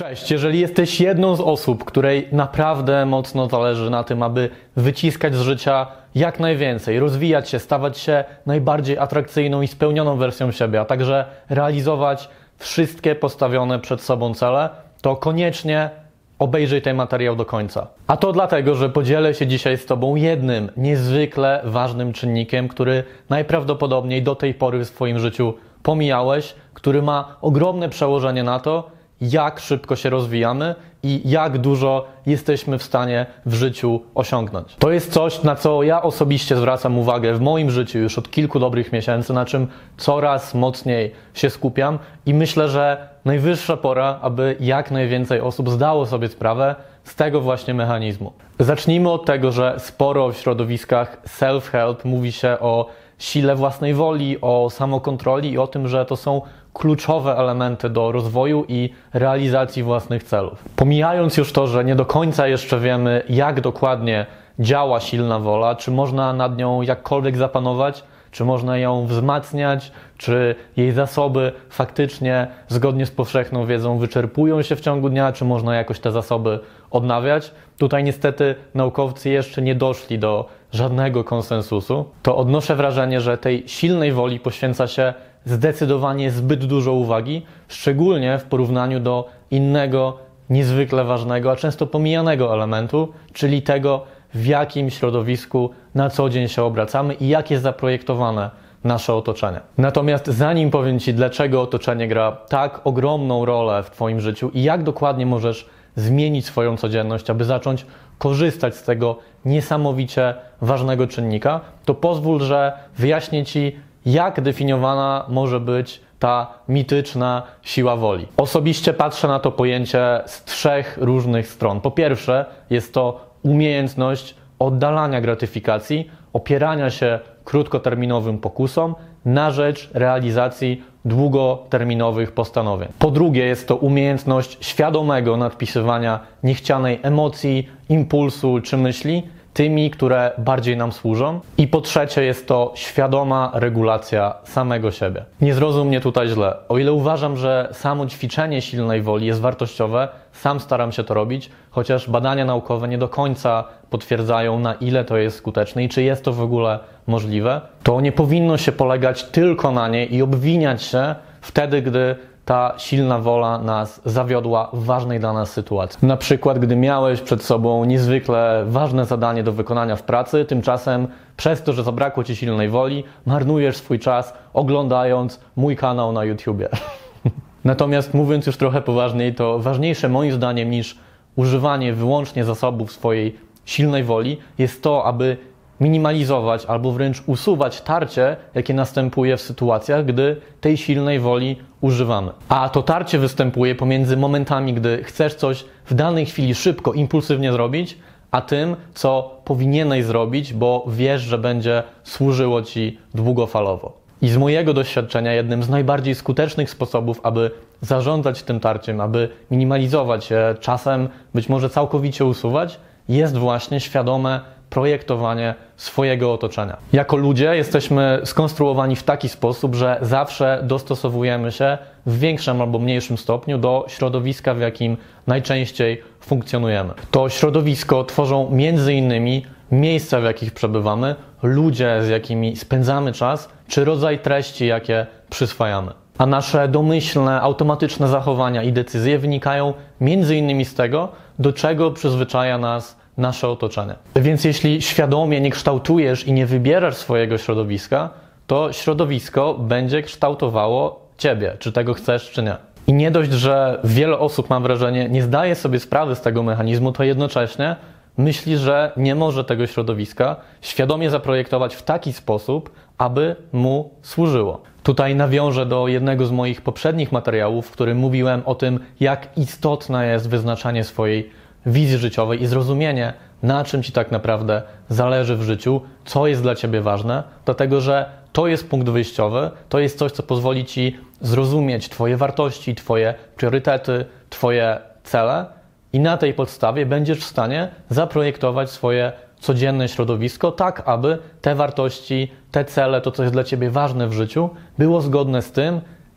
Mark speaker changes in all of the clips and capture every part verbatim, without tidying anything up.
Speaker 1: Cześć, jeżeli jesteś jedną z osób, której naprawdę mocno zależy na tym, aby wyciskać z życia jak najwięcej, rozwijać się, stawać się najbardziej atrakcyjną i spełnioną wersją siebie, a także realizować wszystkie postawione przed sobą cele, to koniecznie obejrzyj ten materiał do końca. A to dlatego, że podzielę się dzisiaj z Tobą jednym niezwykle ważnym czynnikiem, który najprawdopodobniej do tej pory w swoim życiu pomijałeś, który ma ogromne przełożenie na to, jak szybko się rozwijamy i jak dużo jesteśmy w stanie w życiu osiągnąć. To jest coś, na co ja osobiście zwracam uwagę w moim życiu już od kilku dobrych miesięcy, na czym coraz mocniej się skupiam i myślę, że najwyższa pora, aby jak najwięcej osób zdało sobie sprawę z tego właśnie mechanizmu. Zacznijmy od tego, że sporo w środowiskach self-help mówi się o sile własnej woli, o samokontroli i o tym, że to są kluczowe elementy do rozwoju i realizacji własnych celów. Pomijając już to, że nie do końca jeszcze wiemy, jak dokładnie działa silna wola, czy można nad nią jakkolwiek zapanować, czy można ją wzmacniać, czy jej zasoby faktycznie zgodnie z powszechną wiedzą wyczerpują się w ciągu dnia, czy można jakoś te zasoby odnawiać. Tutaj niestety naukowcy jeszcze nie doszli do żadnego konsensusu. To odnoszę wrażenie, że tej silnej woli poświęca się zdecydowanie zbyt dużo uwagi, szczególnie w porównaniu do innego, niezwykle ważnego, a często pomijanego elementu, czyli tego, w jakim środowisku na co dzień się obracamy i jak jest zaprojektowane nasze otoczenie. Natomiast zanim powiem Ci, dlaczego otoczenie gra tak ogromną rolę w Twoim życiu i jak dokładnie możesz zmienić swoją codzienność, aby zacząć korzystać z tego niesamowicie ważnego czynnika, to pozwól, że wyjaśnię Ci, jak definiowana może być ta mityczna siła woli. Osobiście patrzę na to pojęcie z trzech różnych stron. Po pierwsze, jest to umiejętność oddalania gratyfikacji, opierania się krótkoterminowym pokusom na rzecz realizacji długoterminowych postanowień. Po drugie, jest to umiejętność świadomego nadpisywania niechcianej emocji, impulsu czy myśli tymi, które bardziej nam służą. I po trzecie, jest to świadoma regulacja samego siebie. Nie zrozum mnie tutaj źle. O ile uważam, że samo ćwiczenie silnej woli jest wartościowe, sam staram się to robić, chociaż badania naukowe nie do końca potwierdzają, na ile to jest skuteczne i czy jest to w ogóle możliwe, to nie powinno się polegać tylko na niej i obwiniać się wtedy, gdy ta silna wola nas zawiodła w ważnej dla nas sytuacji. Na przykład, gdy miałeś przed sobą niezwykle ważne zadanie do wykonania w pracy, tymczasem przez to, że zabrakło Ci silnej woli, marnujesz swój czas oglądając mój kanał na YouTubie. Natomiast mówiąc już trochę poważniej, to ważniejsze moim zdaniem niż używanie wyłącznie zasobów swojej silnej woli jest to, aby minimalizować albo wręcz usuwać tarcie, jakie następuje w sytuacjach, gdy tej silnej woli używamy. A to tarcie występuje pomiędzy momentami, gdy chcesz coś w danej chwili szybko, impulsywnie zrobić, a tym, co powinieneś zrobić, bo wiesz, że będzie służyło Ci długofalowo. I z mojego doświadczenia jednym z najbardziej skutecznych sposobów, aby zarządzać tym tarciem, aby minimalizować je, czasem być może całkowicie usuwać, jest właśnie świadome projektowanie swojego otoczenia. Jako ludzie jesteśmy skonstruowani w taki sposób, że zawsze dostosowujemy się w większym albo mniejszym stopniu do środowiska, w jakim najczęściej funkcjonujemy. To środowisko tworzą między innymi miejsca, w jakich przebywamy, ludzie, z jakimi spędzamy czas, czy rodzaj treści, jakie przyswajamy. A nasze domyślne, automatyczne zachowania i decyzje wynikają między innymi z tego, do czego przyzwyczaja nas nasze otoczenie. Więc jeśli świadomie nie kształtujesz i nie wybierasz swojego środowiska, to środowisko będzie kształtowało Ciebie, czy tego chcesz, czy nie. I nie dość, że wiele osób, mam wrażenie, nie zdaje sobie sprawy z tego mechanizmu, to jednocześnie myśli, że nie może tego środowiska świadomie zaprojektować w taki sposób, aby mu służyło. Tutaj nawiążę do jednego z moich poprzednich materiałów, w którym mówiłem o tym, jak istotne jest wyznaczanie swojej wizji życiowej i zrozumienie, na czym Ci tak naprawdę zależy w życiu, co jest dla Ciebie ważne, dlatego że to jest punkt wyjściowy, to jest coś, co pozwoli Ci zrozumieć Twoje wartości, Twoje priorytety, Twoje cele i na tej podstawie będziesz w stanie zaprojektować swoje codzienne środowisko tak, aby te wartości, te cele, to co jest dla Ciebie ważne w życiu, było zgodne z tym,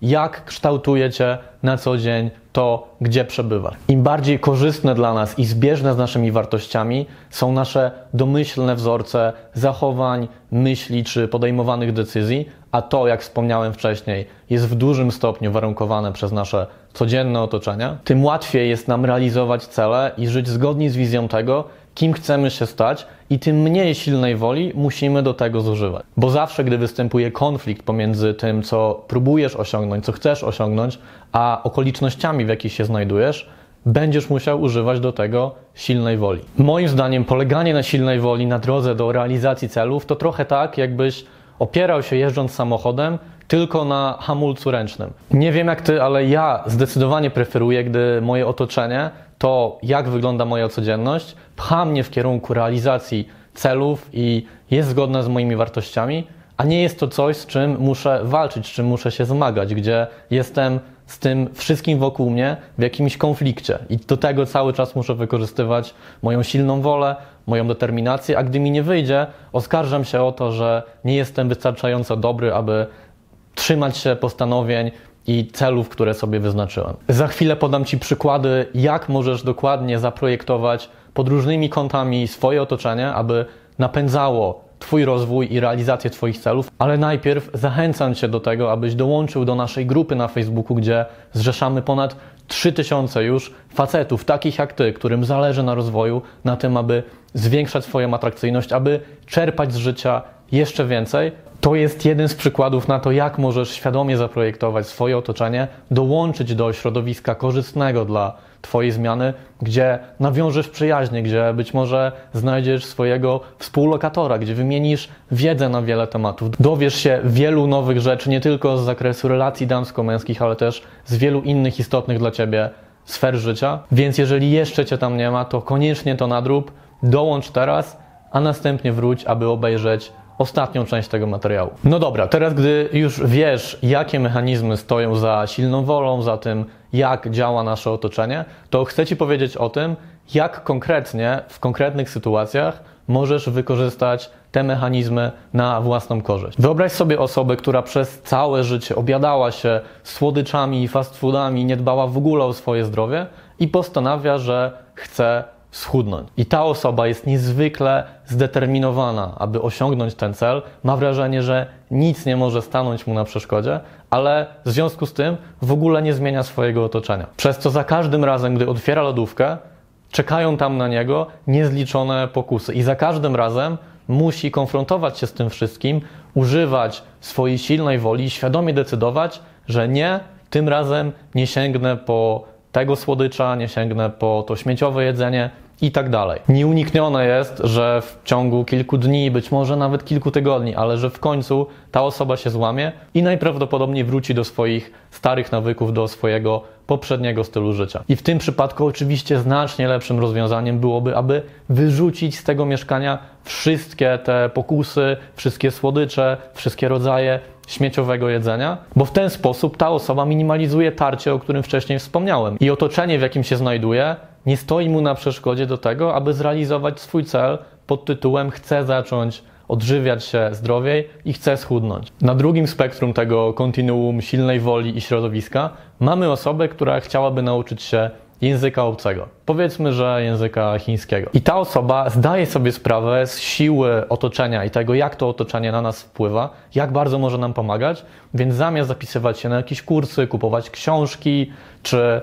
Speaker 1: jak kształtuje cię na co dzień to, gdzie przebywasz. Im bardziej korzystne dla nas i zbieżne z naszymi wartościami są nasze domyślne wzorce zachowań, myśli czy podejmowanych decyzji, a to, jak wspomniałem wcześniej, jest w dużym stopniu warunkowane przez nasze codzienne otoczenie, tym łatwiej jest nam realizować cele i żyć zgodnie z wizją tego, kim chcemy się stać, i tym mniej silnej woli musimy do tego zużywać. Bo zawsze, gdy występuje konflikt pomiędzy tym, co próbujesz osiągnąć, co chcesz osiągnąć, a okolicznościami, w jakich się znajdujesz, będziesz musiał używać do tego silnej woli. Moim zdaniem poleganie na silnej woli na drodze do realizacji celów to trochę tak, jakbyś opierał się jeżdżąc samochodem tylko na hamulcu ręcznym. Nie wiem jak ty, ale ja zdecydowanie preferuję, gdy moje otoczenie, to jak wygląda moja codzienność, pcha mnie w kierunku realizacji celów i jest zgodne z moimi wartościami, a nie jest to coś, z czym muszę walczyć, z czym muszę się zmagać, gdzie jestem z tym wszystkim wokół mnie w jakimś konflikcie i do tego cały czas muszę wykorzystywać moją silną wolę, moją determinację, a gdy mi nie wyjdzie, oskarżam się o to, że nie jestem wystarczająco dobry, aby trzymać się postanowień i celów, które sobie wyznaczyłem. Za chwilę podam Ci przykłady, jak możesz dokładnie zaprojektować pod różnymi kątami swoje otoczenie, aby napędzało Twój rozwój i realizację Twoich celów, ale najpierw zachęcam Cię do tego, abyś dołączył do naszej grupy na Facebooku, gdzie zrzeszamy ponad trzy tysiące już facetów, takich jak Ty, którym zależy na rozwoju, na tym, aby zwiększać swoją atrakcyjność, aby czerpać z życia jeszcze więcej. To jest jeden z przykładów na to, jak możesz świadomie zaprojektować swoje otoczenie, dołączyć do środowiska korzystnego dla Twojej zmiany, gdzie nawiążesz przyjaźnie, gdzie być może znajdziesz swojego współlokatora, gdzie wymienisz wiedzę na wiele tematów. Dowiesz się wielu nowych rzeczy, nie tylko z zakresu relacji damsko-męskich, ale też z wielu innych istotnych dla Ciebie sfer życia. Więc jeżeli jeszcze Cię tam nie ma, to koniecznie to nadrób, dołącz teraz, a następnie wróć, aby obejrzeć ostatnią część tego materiału. No dobra, teraz gdy już wiesz, jakie mechanizmy stoją za silną wolą, za tym, jak działa nasze otoczenie, to chcę Ci powiedzieć o tym, jak konkretnie, w konkretnych sytuacjach możesz wykorzystać te mechanizmy na własną korzyść. Wyobraź sobie osobę, która przez całe życie obiadała się słodyczami i fast foodami, nie dbała w ogóle o swoje zdrowie i postanawia, że chce schudnąć. I ta osoba jest niezwykle zdeterminowana, aby osiągnąć ten cel. Ma wrażenie, że nic nie może stanąć mu na przeszkodzie, ale w związku z tym w ogóle nie zmienia swojego otoczenia. Przez co za każdym razem, gdy otwiera lodówkę, czekają tam na niego niezliczone pokusy. I za każdym razem musi konfrontować się z tym wszystkim, używać swojej silnej woli, świadomie decydować, że nie, tym razem nie sięgnę po tego słodycza, nie sięgnę po to śmieciowe jedzenie i tak dalej. Nieuniknione jest, że w ciągu kilku dni, być może nawet kilku tygodni, ale że w końcu ta osoba się złamie i najprawdopodobniej wróci do swoich starych nawyków, do swojego poprzedniego stylu życia. I w tym przypadku oczywiście znacznie lepszym rozwiązaniem byłoby, aby wyrzucić z tego mieszkania wszystkie te pokusy, wszystkie słodycze, wszystkie rodzaje śmieciowego jedzenia, bo w ten sposób ta osoba minimalizuje tarcie, o którym wcześniej wspomniałem. I otoczenie, w jakim się znajduje, nie stoi mu na przeszkodzie do tego, aby zrealizować swój cel pod tytułem chcę zacząć odżywiać się zdrowiej i chcę schudnąć. Na drugim spektrum tego kontinuum silnej woli i środowiska mamy osobę, która chciałaby nauczyć się języka obcego. Powiedzmy, że języka chińskiego. I ta osoba zdaje sobie sprawę z siły otoczenia i tego, jak to otoczenie na nas wpływa, jak bardzo może nam pomagać, więc zamiast zapisywać się na jakieś kursy, kupować książki, czy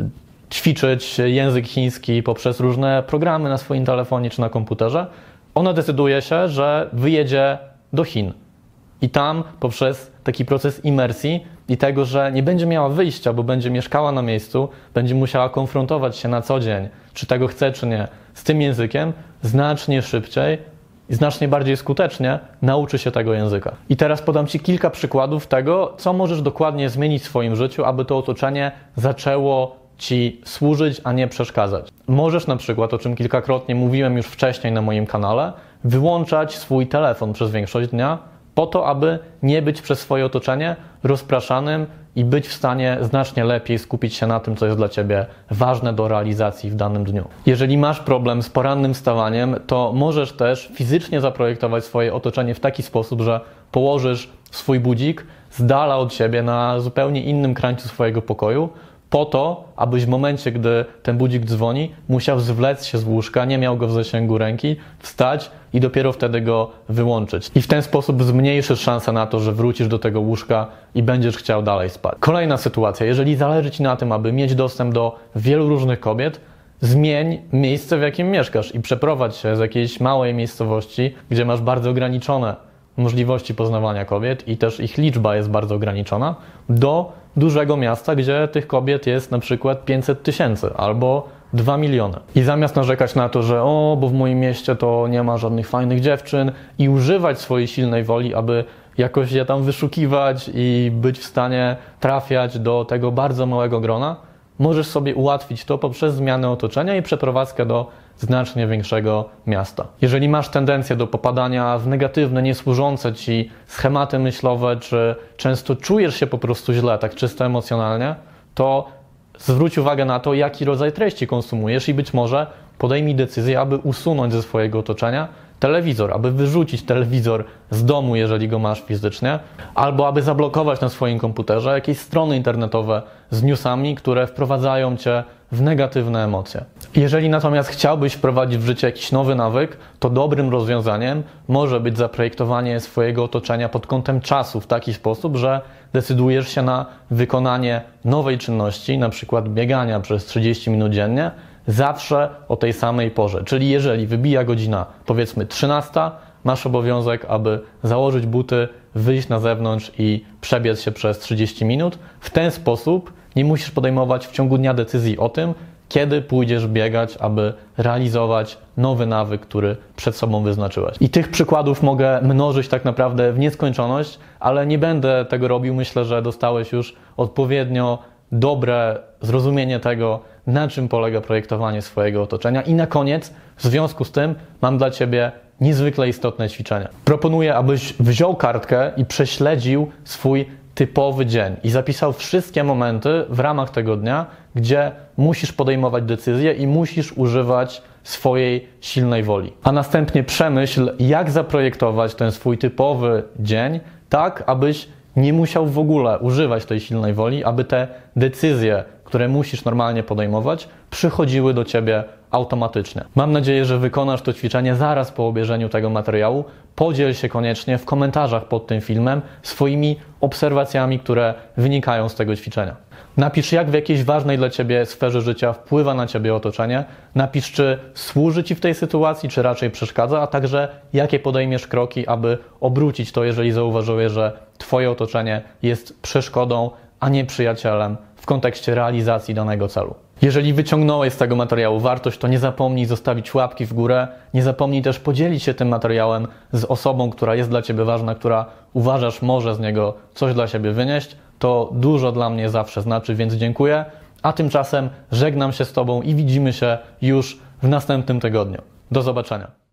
Speaker 1: ćwiczyć język chiński poprzez różne programy na swoim telefonie czy na komputerze, ona decyduje się, że wyjedzie do Chin. I tam poprzez taki proces imersji i tego, że nie będzie miała wyjścia, bo będzie mieszkała na miejscu, będzie musiała konfrontować się na co dzień, czy tego chce, czy nie, z tym językiem, znacznie szybciej i znacznie bardziej skutecznie nauczy się tego języka. I teraz podam Ci kilka przykładów tego, co możesz dokładnie zmienić w swoim życiu, aby to otoczenie zaczęło Ci służyć, a nie przeszkadzać. Możesz na przykład, o czym kilkakrotnie mówiłem już wcześniej na moim kanale, wyłączać swój telefon przez większość dnia, po to, aby nie być przez swoje otoczenie rozpraszanym i być w stanie znacznie lepiej skupić się na tym, co jest dla Ciebie ważne do realizacji w danym dniu. Jeżeli masz problem z porannym wstawaniem, to możesz też fizycznie zaprojektować swoje otoczenie w taki sposób, że położysz swój budzik z dala od siebie, na zupełnie innym krańcu swojego pokoju, po to, abyś w momencie, gdy ten budzik dzwoni, musiał zwlec się z łóżka, nie miał go w zasięgu ręki, wstać i dopiero wtedy go wyłączyć. I w ten sposób zmniejszysz szansę na to, że wrócisz do tego łóżka i będziesz chciał dalej spać. Kolejna sytuacja. Jeżeli zależy Ci na tym, aby mieć dostęp do wielu różnych kobiet, zmień miejsce, w jakim mieszkasz i przeprowadź się z jakiejś małej miejscowości, gdzie masz bardzo ograniczone możliwości poznawania kobiet i też ich liczba jest bardzo ograniczona, do dużego miasta, gdzie tych kobiet jest na przykład pięćset tysięcy albo dwa miliony. I zamiast narzekać na to, że o, bo w moim mieście to nie ma żadnych fajnych dziewczyn i używać swojej silnej woli, aby jakoś je tam wyszukiwać i być w stanie trafiać do tego bardzo małego grona, możesz sobie ułatwić to poprzez zmianę otoczenia i przeprowadzkę do znacznie większego miasta. Jeżeli masz tendencję do popadania w negatywne, niesłużące Ci schematy myślowe, czy często czujesz się po prostu źle, tak czysto emocjonalnie, to zwróć uwagę na to, jaki rodzaj treści konsumujesz i być może podejmij decyzję, aby usunąć ze swojego otoczenia telewizor, aby wyrzucić telewizor z domu, jeżeli go masz fizycznie, albo aby zablokować na swoim komputerze jakieś strony internetowe z newsami, które wprowadzają Cię w negatywne emocje. Jeżeli natomiast chciałbyś wprowadzić w życie jakiś nowy nawyk, to dobrym rozwiązaniem może być zaprojektowanie swojego otoczenia pod kątem czasu w taki sposób, że decydujesz się na wykonanie nowej czynności, na przykład biegania przez trzydzieści minut dziennie, zawsze o tej samej porze. Czyli jeżeli wybija godzina, powiedzmy trzynasta, masz obowiązek, aby założyć buty, wyjść na zewnątrz i przebiec się przez trzydzieści minut. W ten sposób nie musisz podejmować w ciągu dnia decyzji o tym, kiedy pójdziesz biegać, aby realizować nowy nawyk, który przed sobą wyznaczyłeś. I tych przykładów mogę mnożyć tak naprawdę w nieskończoność, ale nie będę tego robił. Myślę, że dostałeś już odpowiednio dobre zrozumienie tego, na czym polega projektowanie swojego otoczenia. I na koniec, w związku z tym, mam dla Ciebie niezwykle istotne ćwiczenie. Proponuję, abyś wziął kartkę i prześledził swój typowy dzień i zapisał wszystkie momenty w ramach tego dnia, gdzie musisz podejmować decyzje i musisz używać swojej silnej woli. A następnie przemyśl, jak zaprojektować ten swój typowy dzień tak, abyś nie musiał w ogóle używać tej silnej woli, aby te decyzje, które musisz normalnie podejmować, przychodziły do Ciebie automatycznie. Mam nadzieję, że wykonasz to ćwiczenie zaraz po obejrzeniu tego materiału. Podziel się koniecznie w komentarzach pod tym filmem swoimi obserwacjami, które wynikają z tego ćwiczenia. Napisz, jak w jakiejś ważnej dla Ciebie sferze życia wpływa na Ciebie otoczenie. Napisz, czy służy Ci w tej sytuacji, czy raczej przeszkadza, a także jakie podejmiesz kroki, aby obrócić to, jeżeli zauważyłeś, że Twoje otoczenie jest przeszkodą, a nie przyjacielem w kontekście realizacji danego celu. Jeżeli wyciągnąłeś z tego materiału wartość, to nie zapomnij zostawić łapki w górę. Nie zapomnij też podzielić się tym materiałem z osobą, która jest dla Ciebie ważna, która uważasz może z niego coś dla siebie wynieść. To dużo dla mnie zawsze znaczy, więc dziękuję. A tymczasem żegnam się z Tobą i widzimy się już w następnym tygodniu. Do zobaczenia.